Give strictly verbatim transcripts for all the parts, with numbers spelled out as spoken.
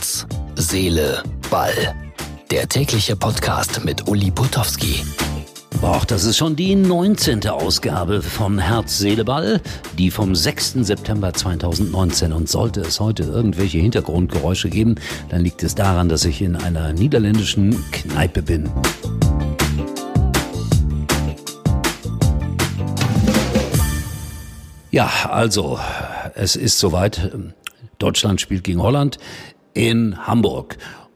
Herz, Seele, Ball. Der tägliche Podcast mit Uli Putowski. Och, das ist schon die neunzehnte Ausgabe von Herz, Seele, Ball, die vom sechsten September zweitausendneunzehn. Und sollte es heute irgendwelche Hintergrundgeräusche geben, dann liegt es daran, dass ich in einer niederländischen Kneipe bin. Ja, also, es ist soweit. Deutschland spielt gegen Holland in Hamburg.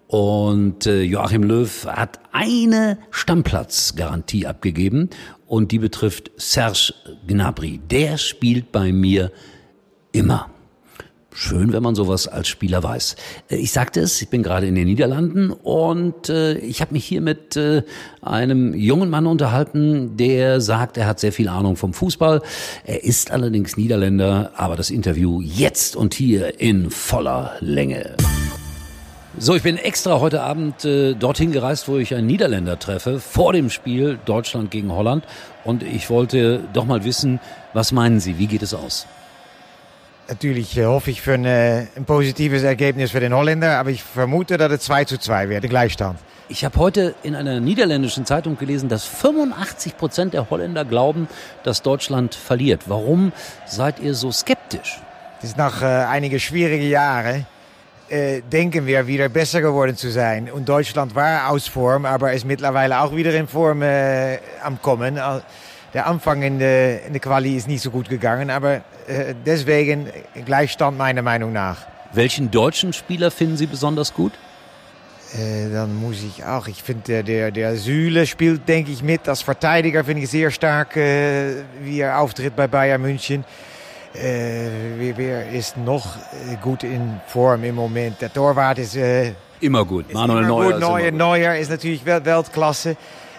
Und äh, Joachim Löw hat eine Stammplatzgarantie abgegeben und die betrifft Serge Gnabry. Der spielt bei mir immer. Schön, wenn man sowas als Spieler weiß. Ich sagte es, ich bin gerade in den Niederlanden und äh, ich habe mich hier mit äh, einem jungen Mann unterhalten, der sagt, er hat sehr viel Ahnung vom Fußball. Er ist allerdings Niederländer, aber das Interview jetzt und hier in voller Länge. So, ich bin extra heute Abend äh, dorthin gereist, wo ich einen Niederländer treffe, vor dem Spiel Deutschland gegen Holland. Und ich wollte doch mal wissen, was meinen Sie, wie geht es aus? Natürlich äh, hoffe ich für ein, äh, ein positives Ergebnis für den Holländer, aber ich vermute, dass es zwei zu zwei wird, der Gleichstand. Ich habe heute in einer niederländischen Zeitung gelesen, dass fünfundachtzig Prozent der Holländer glauben, dass Deutschland verliert. Warum seid ihr so skeptisch? Es ist nach äh, einigen schwierigen Jahren, äh, denken wir wieder besser geworden zu sein. Und Deutschland war aus Form, aber ist mittlerweile auch wieder in Form äh, am Kommen. Der Anfang in der, in der Quali ist nicht so gut gegangen, aber äh, deswegen Gleichstand meiner Meinung nach. Welchen deutschen Spieler finden Sie besonders gut? Äh, dann muss ich auch, ich finde der, der, der Süle spielt, denke ich, mit. Als Verteidiger finde ich sehr stark, äh, wie er auftritt bei Bayern München. Äh, wer, wer ist noch äh, gut in Form im Moment? Der Torwart ist äh, immer gut. Manuel immer Neuer, gut. Neuer, ist Neuer ist natürlich Weltklasse.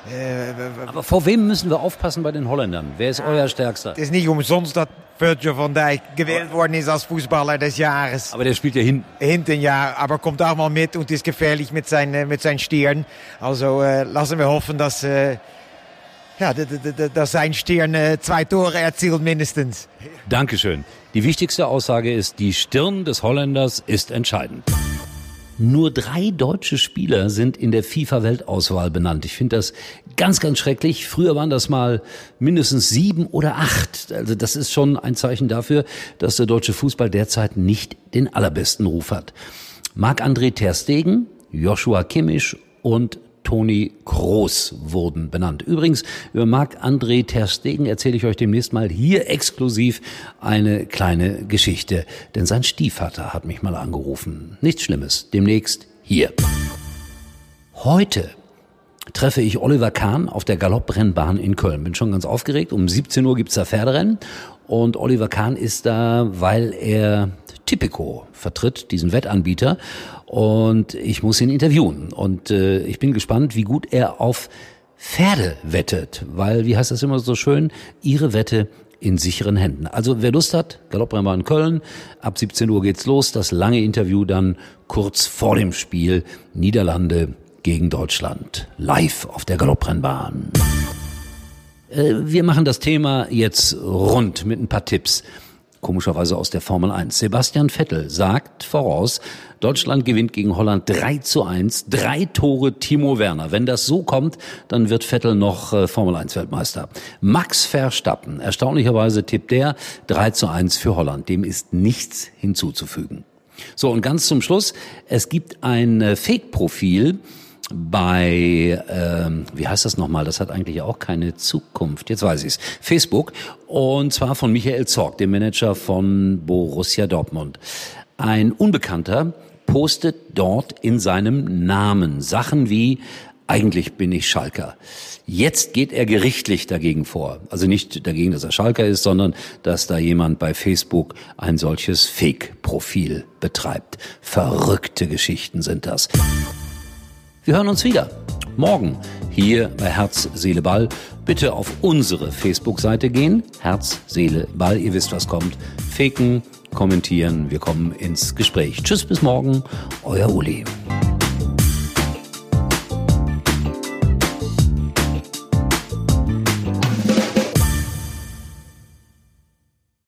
Aber vor wem müssen wir aufpassen bei den Holländern? Wer ist euer Stärkster? Es ist nicht umsonst, dass Virgil van Dijk gewählt worden ist als Fußballer des Jahres. Aber der spielt ja hinten. Hinten, ja, aber kommt auch mal mit und ist gefährlich mit seinen, mit seinen Stirn. Also äh, lassen wir hoffen, dass, äh, ja, dass sein Stirn äh, zwei Tore erzielt mindestens. Dankeschön. Die wichtigste Aussage ist, die Stirn des Holländers ist entscheidend. Nur drei deutsche Spieler sind in der FIFA-Weltauswahl benannt. Ich finde das ganz, ganz schrecklich. Früher waren das mal mindestens sieben oder acht. Also das ist schon ein Zeichen dafür, dass der deutsche Fußball derzeit nicht den allerbesten Ruf hat. Marc-André ter Stegen, Joshua Kimmich und Toni Kroos wurden benannt. Übrigens, über Marc-André ter Stegen erzähle ich euch demnächst mal hier exklusiv eine kleine Geschichte. Denn sein Stiefvater hat mich mal angerufen. Nichts Schlimmes. Demnächst hier. Heute treffe ich Oliver Kahn auf der Galopprennbahn in Köln. Bin schon ganz aufgeregt. Um siebzehn Uhr gibt's da Pferderennen. Und Oliver Kahn ist da, weil er Tipico vertritt, diesen Wettanbieter. Und ich muss ihn interviewen. Und äh, ich bin gespannt, wie gut er auf Pferde wettet. Weil, wie heißt das immer so schön, ihre Wette in sicheren Händen. Also wer Lust hat, Galopprennbahn in Köln, ab siebzehn Uhr geht's los. Das lange Interview dann kurz vor dem Spiel Niederlande gegen Deutschland. Live auf der Galopprennbahn. Äh, wir machen das Thema jetzt rund mit ein paar Tipps. Komischerweise aus der Formel eins. Sebastian Vettel sagt voraus, Deutschland gewinnt gegen Holland drei zu eins, drei Tore Timo Werner. Wenn das so kommt, dann wird Vettel noch äh, Formel eins Weltmeister. Max Verstappen, erstaunlicherweise tippt der drei zu eins für Holland. Dem ist nichts hinzuzufügen. So, und ganz zum Schluss, es gibt ein äh, Fake-Profil bei, ähm, wie heißt das nochmal, das hat eigentlich auch keine Zukunft, jetzt weiß ich's, Facebook, und zwar von Michael Zorc, dem Manager von Borussia Dortmund. Ein Unbekannter postet dort in seinem Namen Sachen wie, eigentlich bin ich Schalker. Jetzt geht er gerichtlich dagegen vor. Also nicht dagegen, dass er Schalker ist, sondern dass da jemand bei Facebook ein solches Fake-Profil betreibt. Verrückte Geschichten sind das. Wir hören uns wieder morgen hier bei Herz, Seele, Ball. Bitte auf unsere Facebook-Seite gehen. Herz, Seele, Ball. Ihr wisst, was kommt. Faken, kommentieren. Wir kommen ins Gespräch. Tschüss, bis morgen. Euer Uli.